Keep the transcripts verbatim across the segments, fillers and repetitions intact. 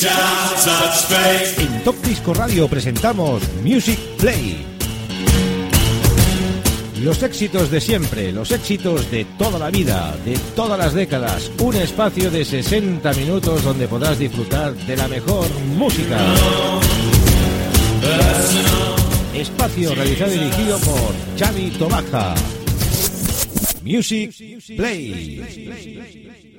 En Top Disco Radio presentamos Music Play. Los éxitos de siempre, los éxitos de toda la vida, de todas las décadas. Un espacio de sesenta minutos donde podrás disfrutar de la mejor música. Espacio realizado y dirigido por Xavi Tobaja. Music Play.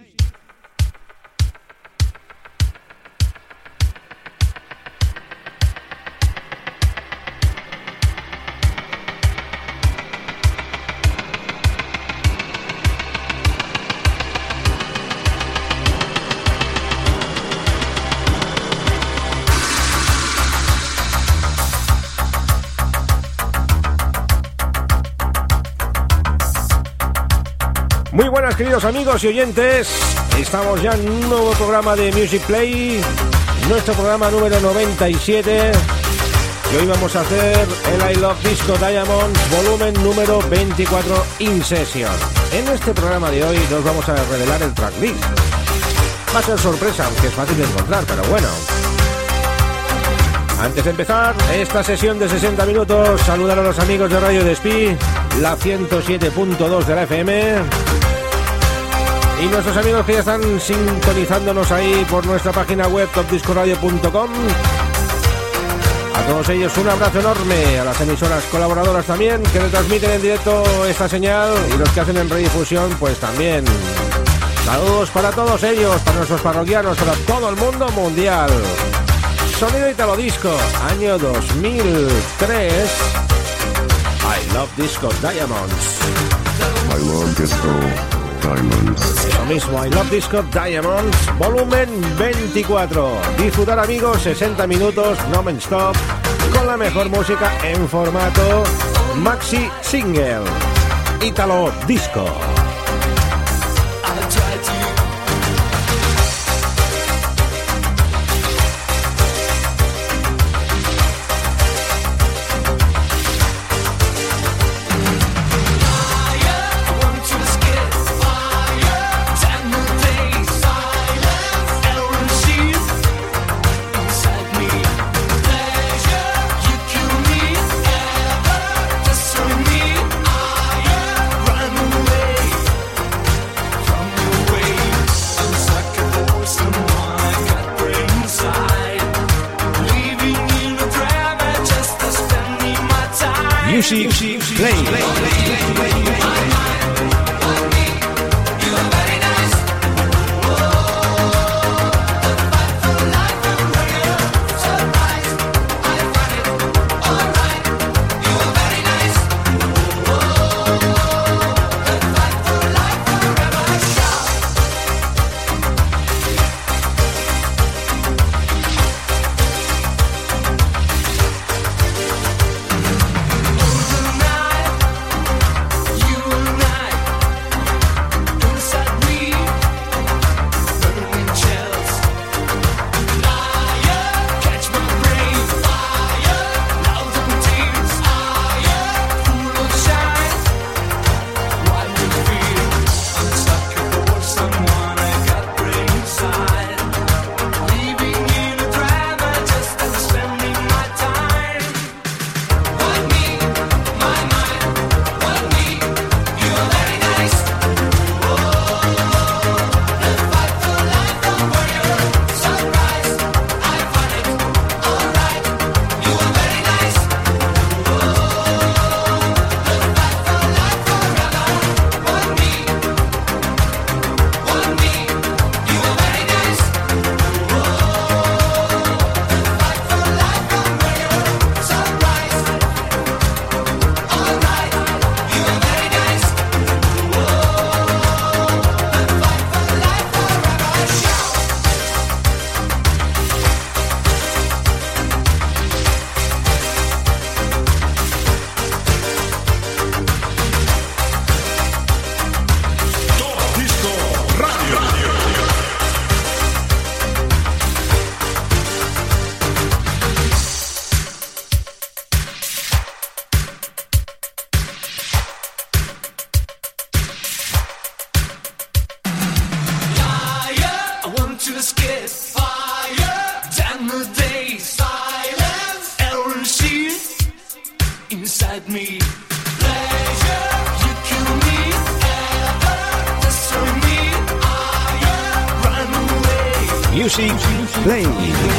Muy buenas, queridos amigos y oyentes. Estamos ya en un nuevo programa de Music Play, nuestro programa número noventa y siete. Y hoy vamos a hacer el I Love Disco Diamonds volumen número veinticuatro in session. En este programa de hoy nos vamos a revelar el tracklist. Va a ser sorpresa, aunque es fácil de encontrar, pero bueno. Antes de empezar esta sesión de sesenta minutos, saludar a los amigos de Radio Despí, la ciento siete punto dos de la F M, y nuestros amigos que ya están sintonizándonos ahí por nuestra página web top disco radio punto com. A todos ellos un abrazo enorme, a las emisoras colaboradoras también que retransmiten en directo esta señal, y los que hacen en redifusión pues también. Saludos para todos ellos, para nuestros parroquianos, para todo el mundo mundial. Sonido Italo Disco, año dos mil tres. I Love Disco Diamonds. I Love Disco Diamonds. Lo mismo, I Love Disco Diamonds, volumen veinticuatro. Disfrutar, amigos, sesenta minutos, non-stop, con la mejor música en formato maxi single. Italo Disco. Music Play. You Music Play.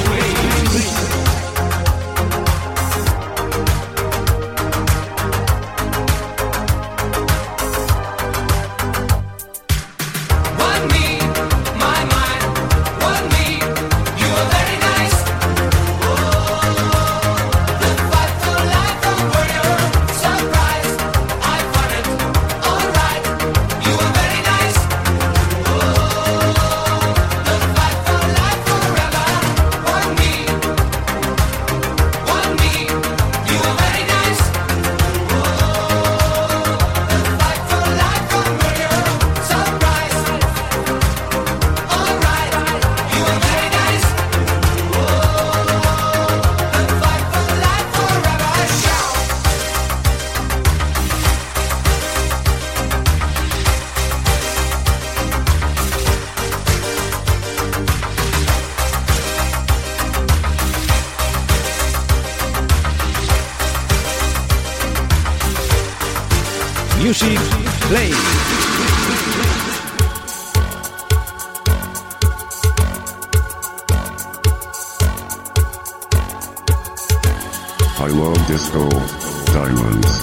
Music Play. I love disco diamonds.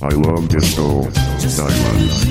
I love disco diamonds.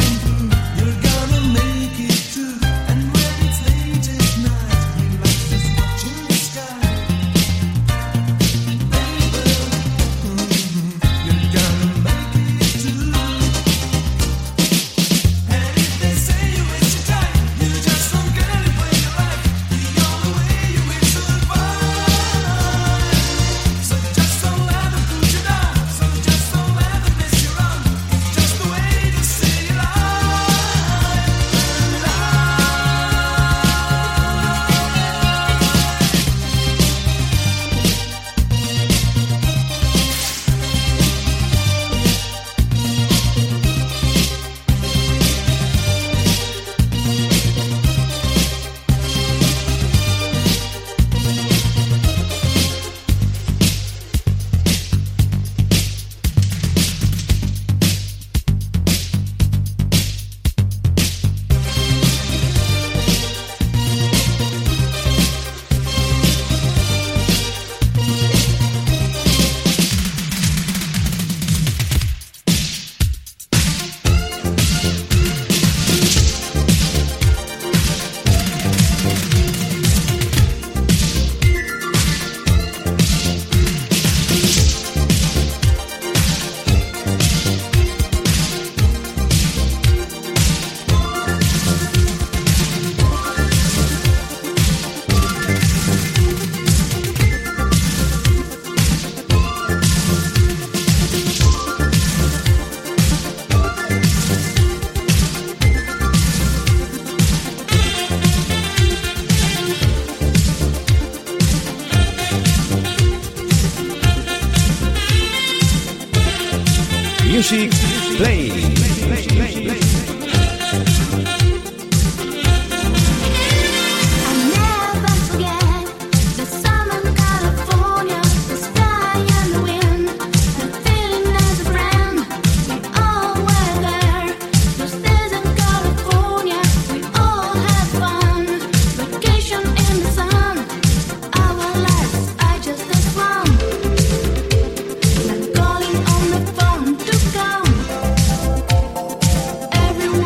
Music Play. Calling on the phone to come.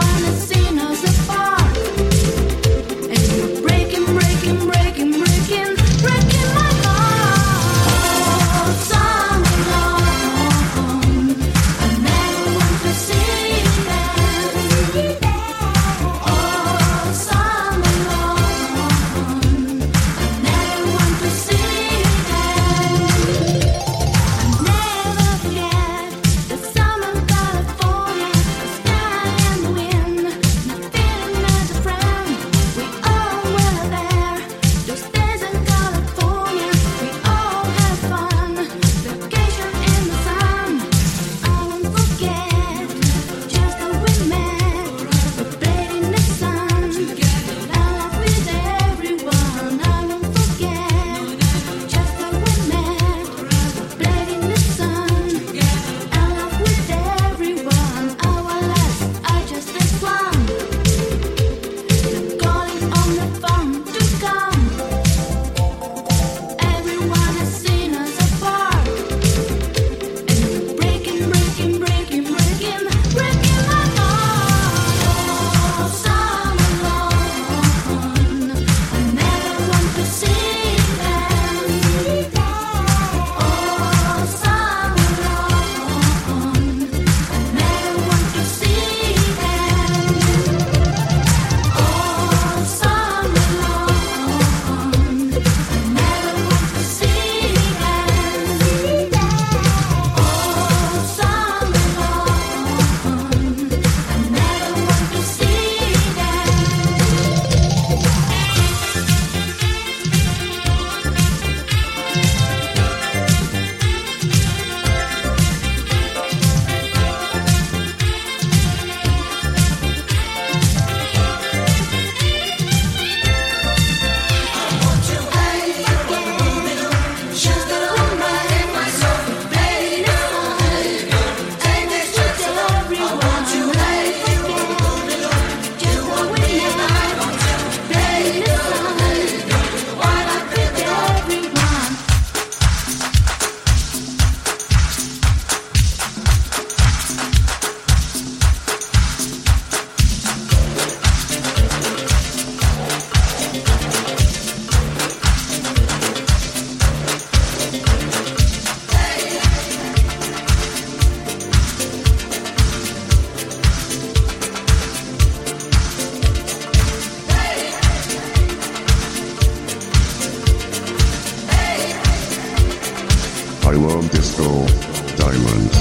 Taiwan Disco Diamonds.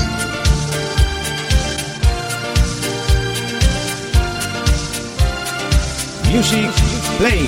Music Play.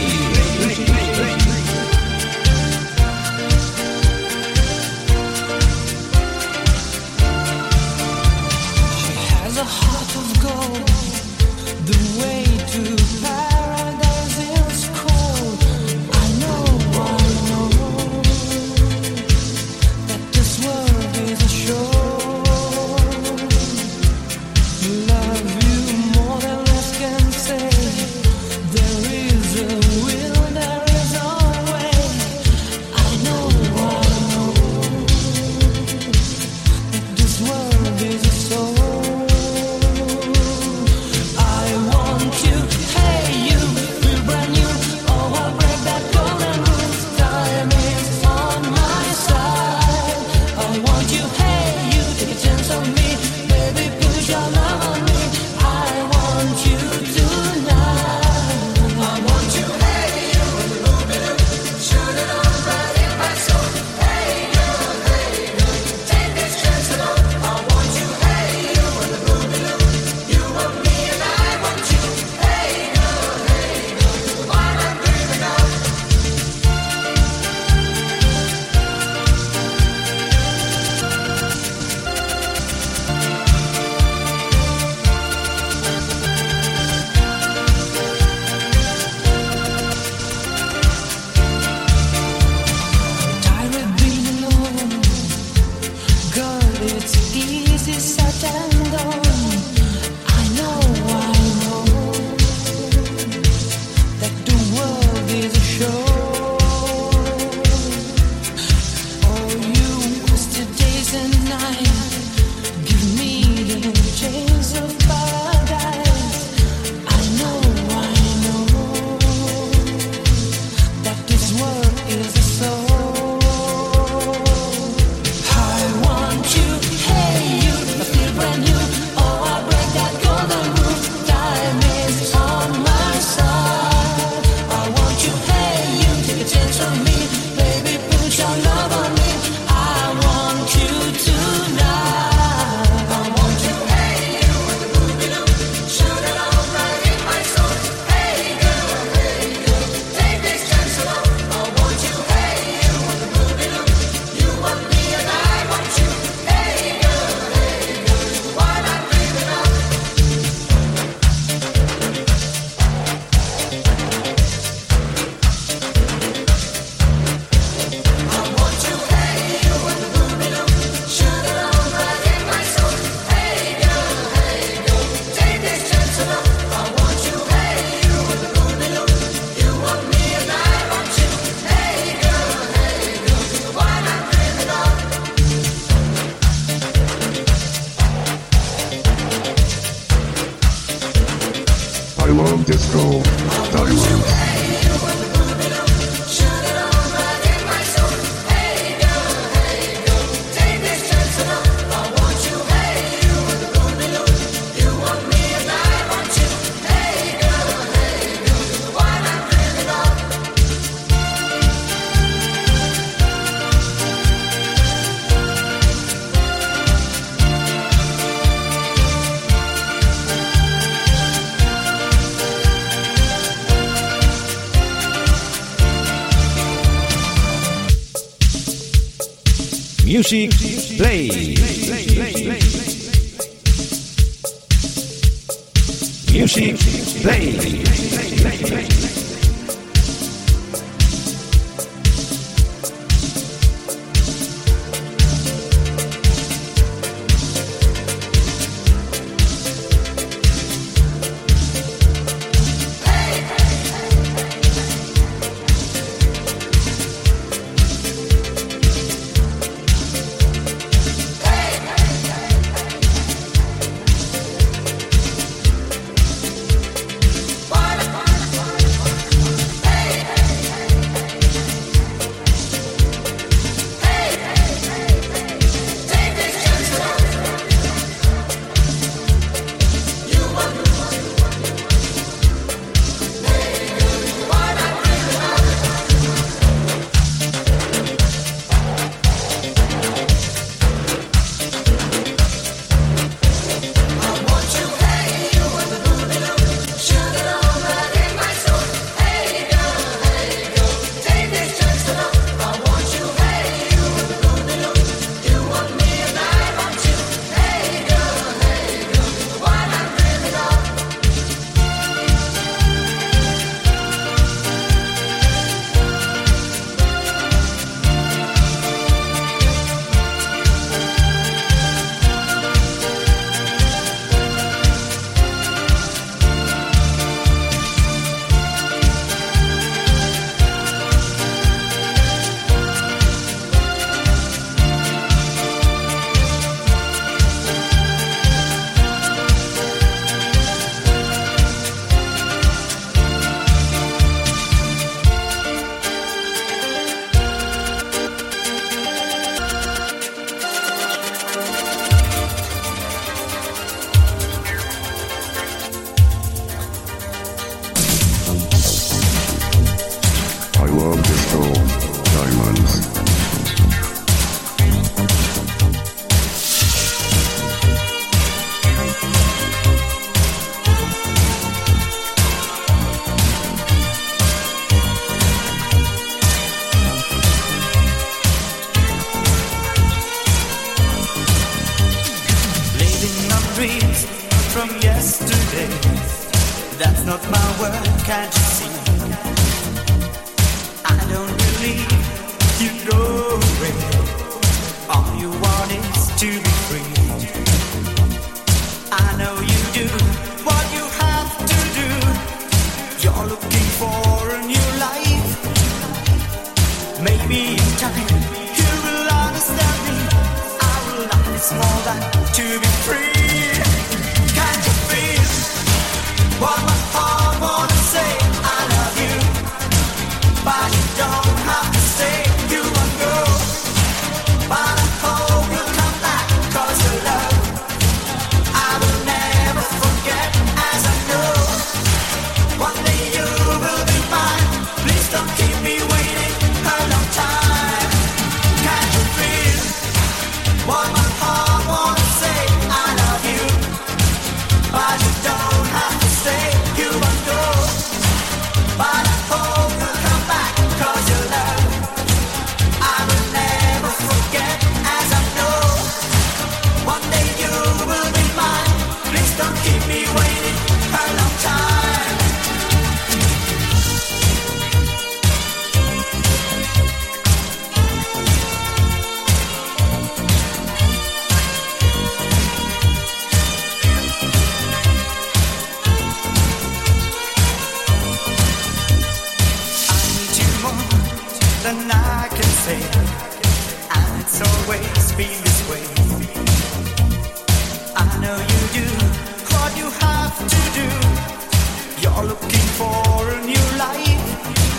Taiwan Disco Diamonds. Music Play. Music Play. That's not my word, can't you see? I don't believe you know it. All you want is to be free. I know you do what you have to do. You're looking for a new life. Maybe in time you will understand me. Our life is more than to be free. Can't you feel what my heart wanna say? I love you, but you don't have to say you won't go. But I hope you'll come back, 'cause your love I will never forget, as I know one day you will be mine. Please don't keep me waiting a long time. Can't you feel what my heart wanna say? I love you, but you don't have to say you won't go. But I hope you'll come back, 'cause your love I will never forget, as I know one day you will be mine. Please don't keep me waiting a long time. I need you more than I can say, and it's always been this way. I know you do what you have to do. You're looking for a new life.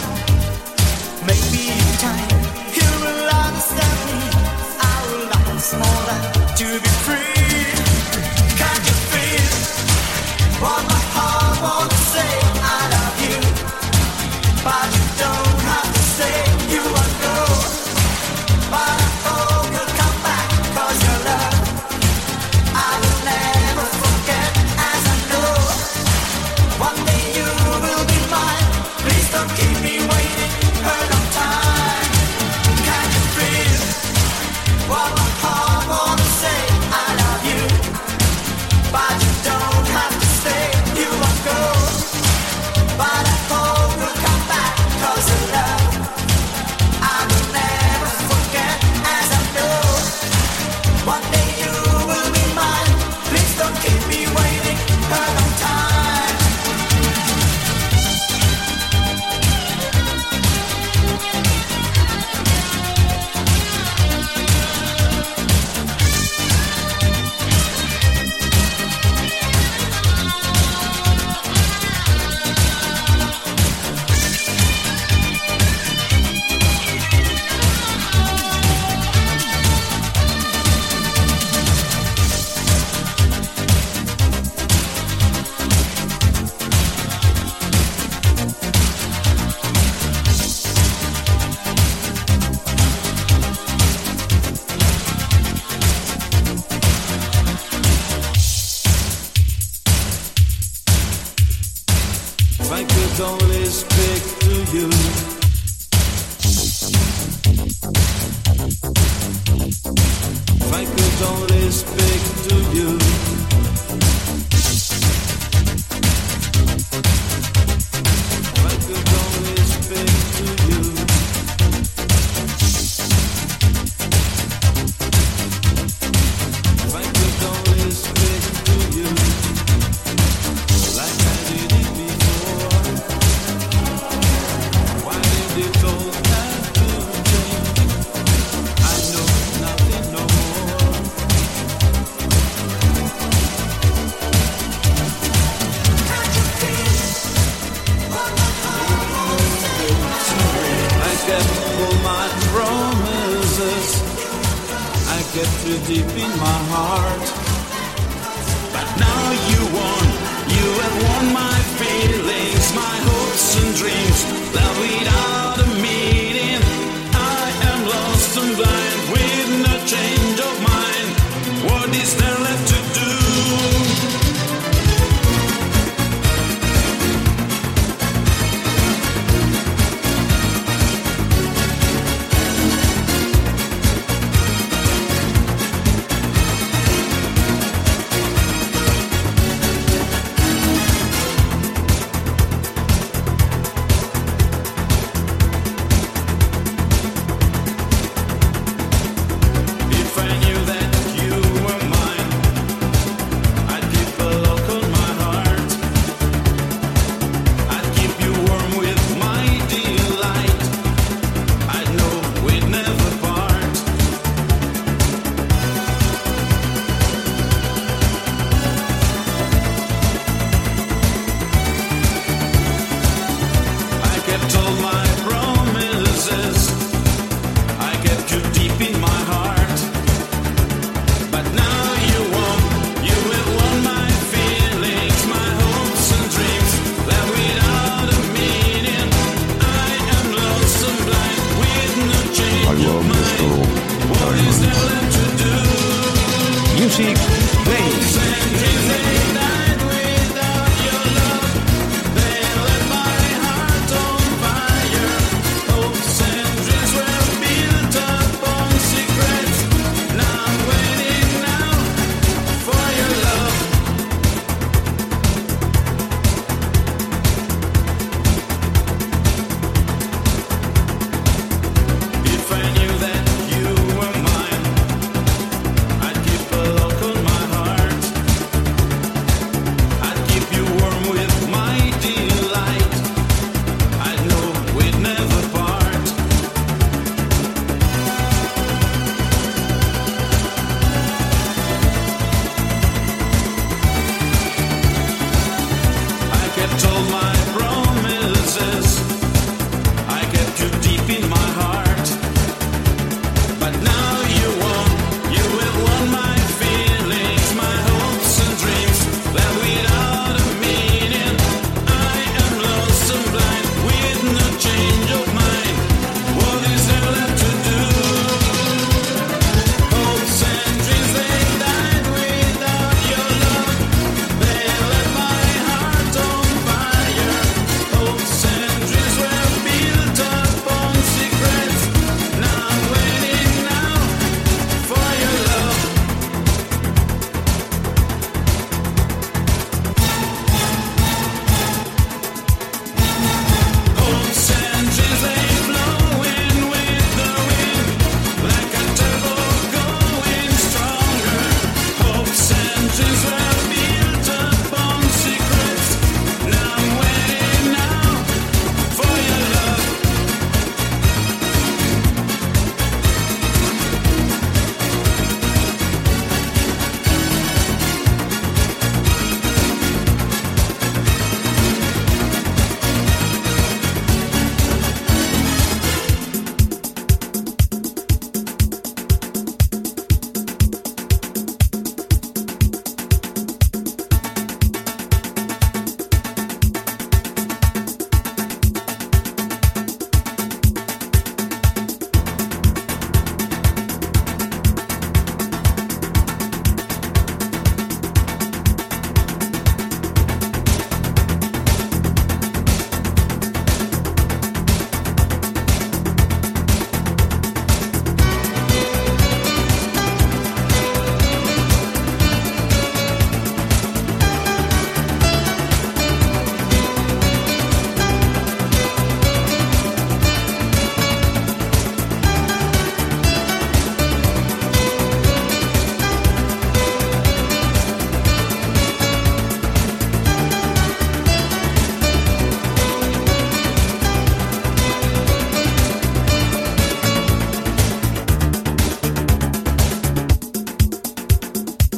Maybe in time you will understand me. Our life is more than to be free. Can't you feel what my heart wants to say? I love you, but you don't have to say you won't go. But I hope you'll come back, 'cause your love I will never forget, as I know one day you will be mine. Please don't keep me waiting a long time. Can't you feel what my heart wanna say? I love you, but you don't have to say you won't go. But I hope you'll come back, 'cause your love I will never forget, as I know one day you will be mine. Please don't keep me waiting a long time. If I could only speak to you, if I could only speak to you, if I could only speak to you, if I could only speak to you, like I did it before. Why did it all have to change? I know nothing no more. I kept all my promises. I kept you deep in my heart. But now you won. You have won my feelings, my hopes and dreams. Love without a meaning. I am lost and blind with no change of mind. What is there left to do?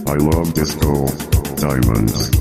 I love Disco Diamonds.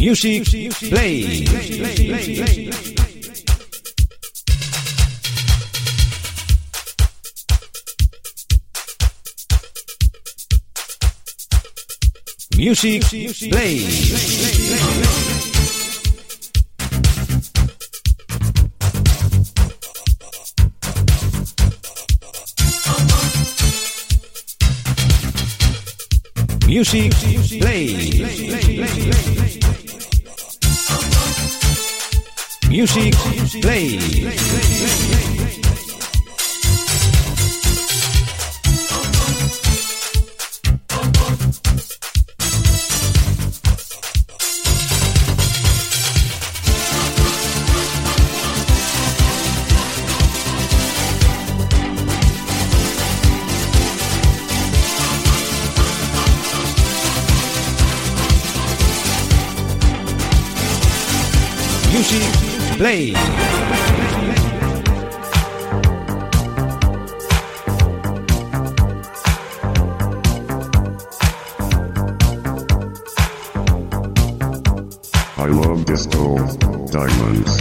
Music Play. Music Play. Music Play. Music Play. Music Play. I love disco diamonds.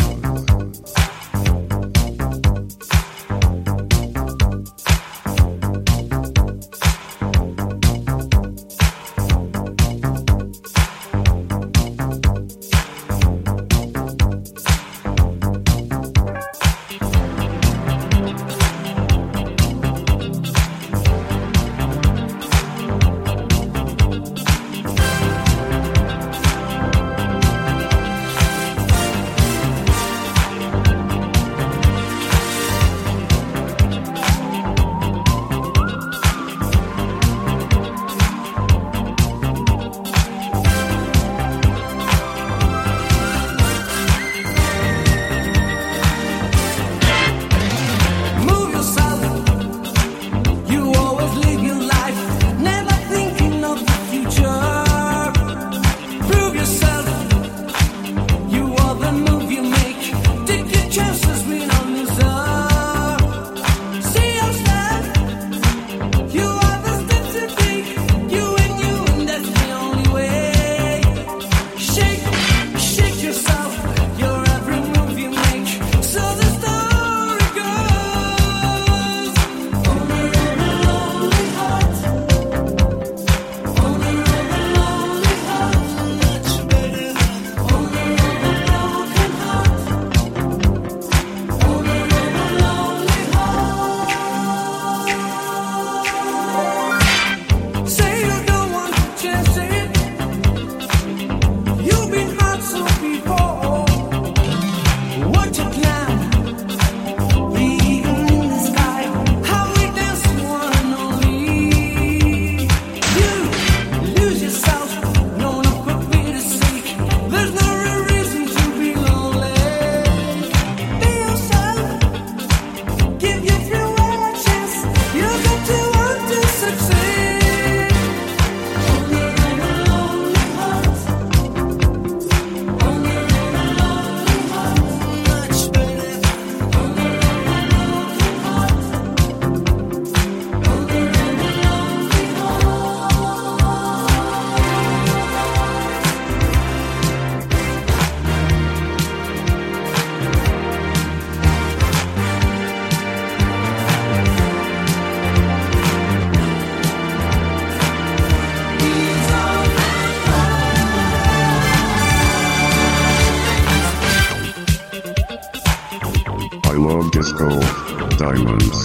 Disco Diamonds.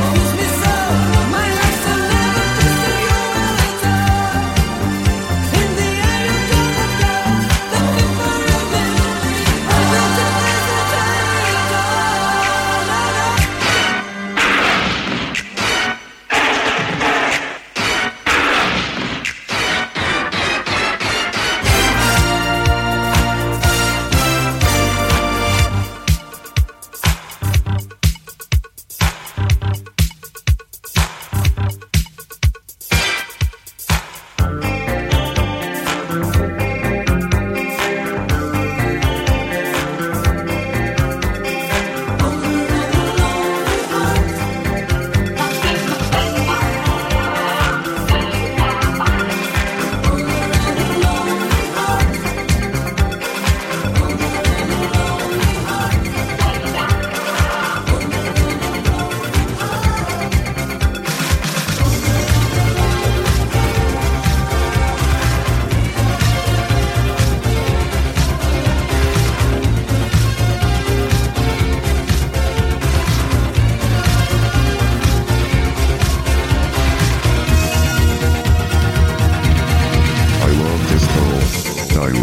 In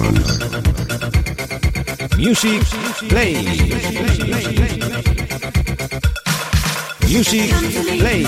Diamonds. Music Play. Music Play.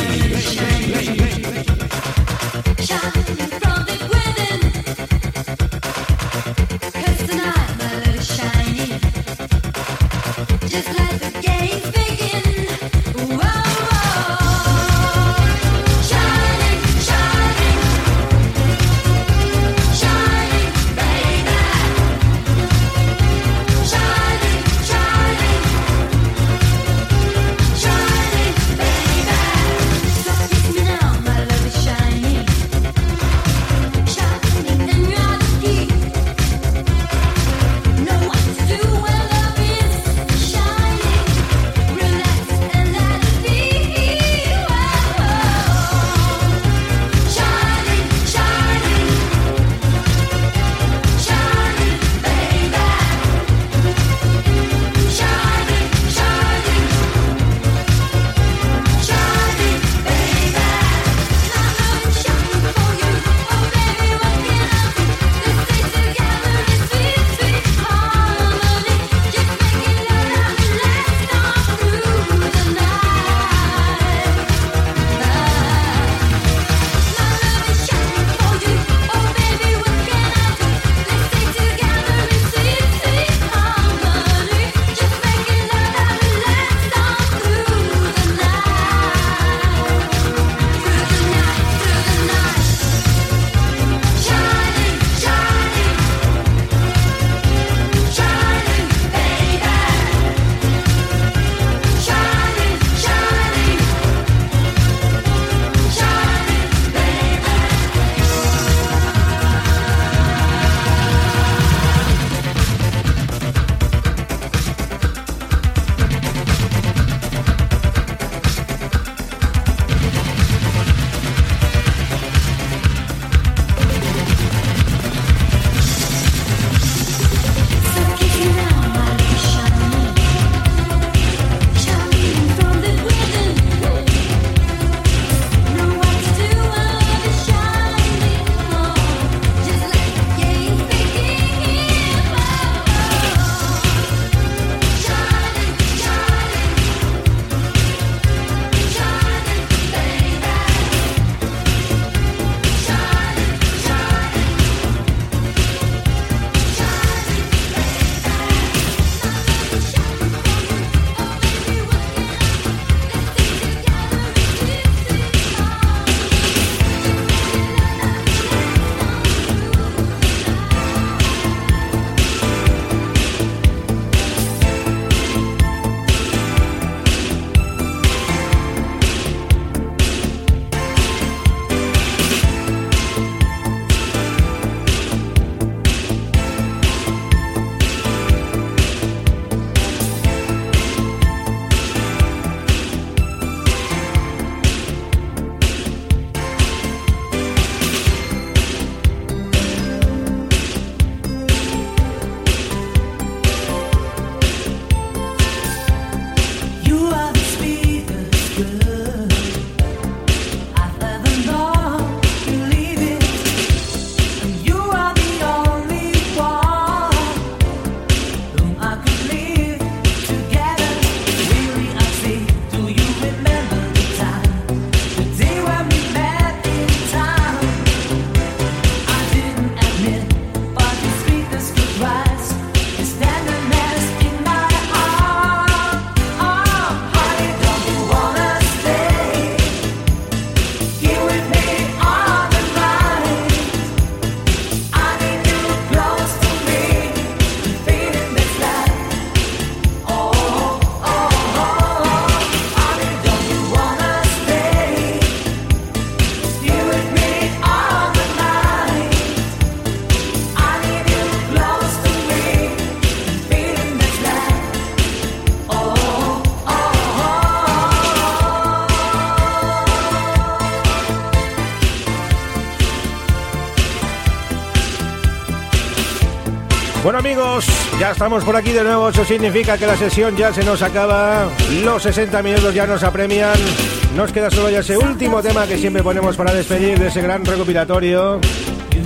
Bueno amigos, ya estamos por aquí de nuevo. Eso significa que la sesión ya se nos acaba. Los sesenta minutos ya nos apremian. Nos queda solo ya ese último tema que siempre ponemos para despedir de ese gran recopilatorio.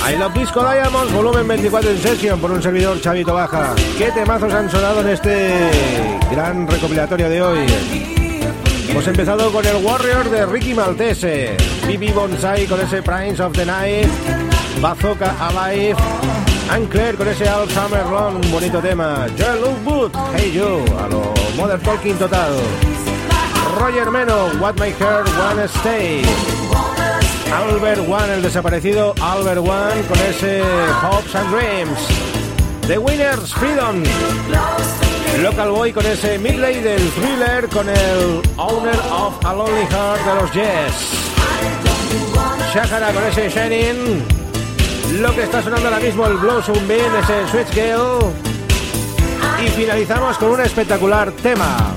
I Love Disco Diamonds, volumen veinticuatro en sesión por un servidor Chavito Baja. ¿Qué temazos han sonado en este gran recopilatorio de hoy? Hemos empezado con el Warrior de Ricky Maltese, B B Bonsai con ese Prince of the Night, Bazooka Alive, Anne Claire con ese All Summer Long, un bonito tema, Joel Lookwood, Hey You, a lo Modern Talking total, Roger Meno, What My Heart Wanna Stay, Albert One, el desaparecido Albert One con ese Hopes and Dreams, The Winners, Freedom, Local Boy con ese Midley del Thriller con el Owner of a Lonely Heart de los Yes, Shakara con ese Shining, lo que está sonando ahora mismo el Blossom Bean, ese Switch Girl, y finalizamos con un espectacular tema,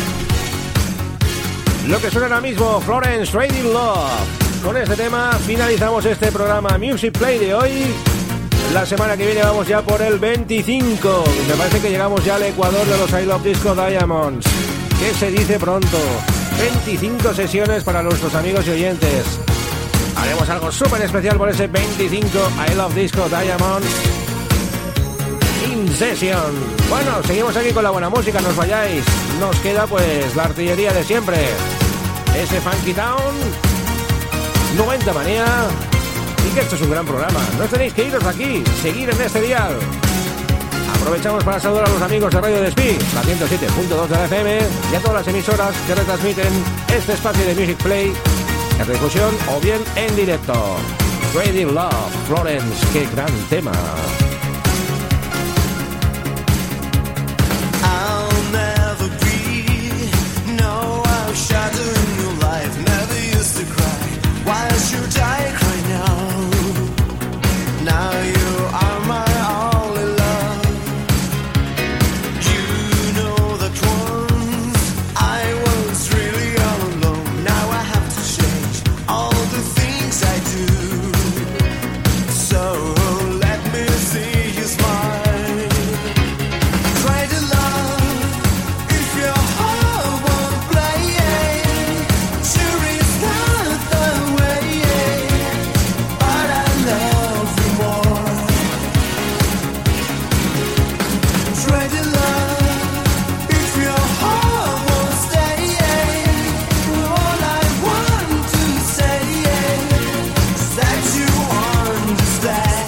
lo que suena ahora mismo Florence Trading Love. Con este tema finalizamos este programa Music Play de hoy. La semana que viene vamos ya por el veinticinco. Me parece que llegamos ya al Ecuador de los I Love Disco Diamonds. ¿Qué se dice pronto? veinticinco sesiones para nuestros amigos y oyentes. Haremos algo súper especial por ese veinticinco I Love Disco Diamonds In Session. Bueno, seguimos aquí con la buena música, no os vayáis. Nos queda pues la artillería de siempre. Ese Funky Town, noventa Manía, y que esto es un gran programa. No tenéis que iros aquí, seguir en este dial. Aprovechamos para saludar a los amigos de Radio Despí, la ciento siete punto dos de la F M, y a todas las emisoras que retransmiten este espacio de Music Play en difusión o bien en directo. Trading Love, Florence, qué gran tema. I'll never be, no, I'll shadow in your life, never used to cry. Why should I cry now? Now you are my only love. You know that once I was really all alone. Now I have to change all the things I do. So let me see you smile. Try to love if your heart won't play. Sure it's not the way, but I love you more. Try to love if your heart won't stay. All I want to say is that you understand.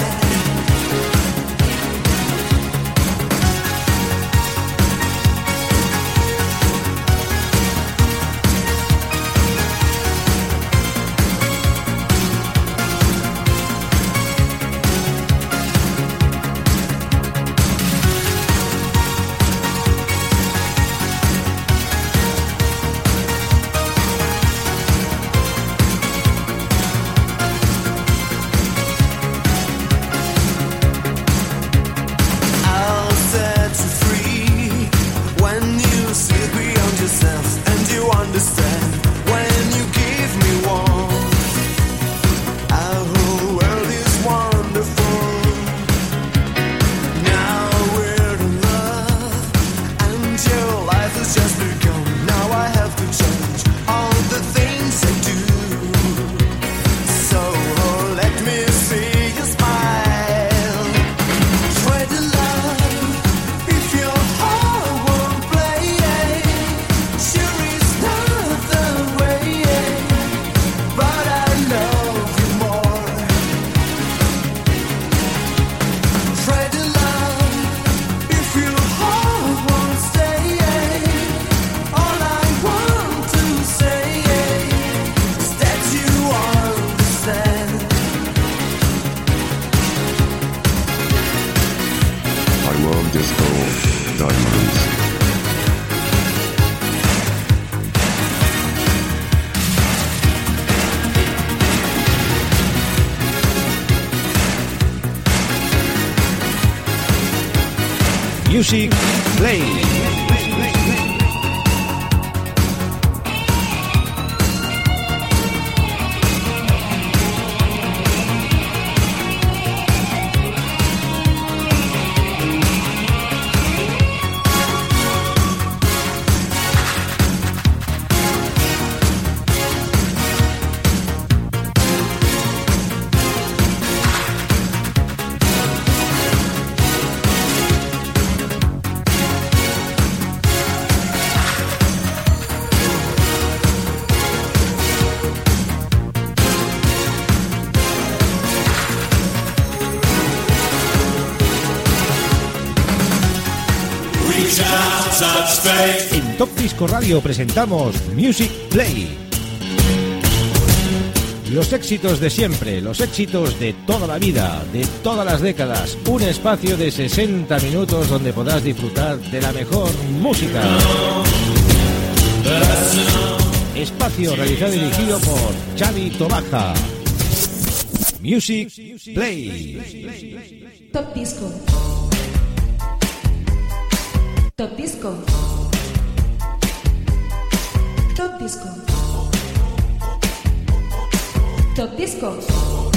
I'll set you free when you see beyond yourself and you understand when you give me warmth. Our whole world is wonderful. Now we're in love and your life has just begun. Now I have to change all the things I do. So let me see you smile. Try to love if your heart won't play. Sure it's not the way, but I love you more. Try to love if your heart won't stay. All I want to say is that you understand. I love disco diamonds. Music Play. En Top Disco Radio presentamos Music Play. Los éxitos de siempre, los éxitos de toda la vida, de todas las décadas. Un espacio de sesenta minutos donde podrás disfrutar de la mejor música. Espacio realizado y dirigido por Xavi Tobaja. Music Play. Top Disco. Top Disco. Top Disco. Top Disco.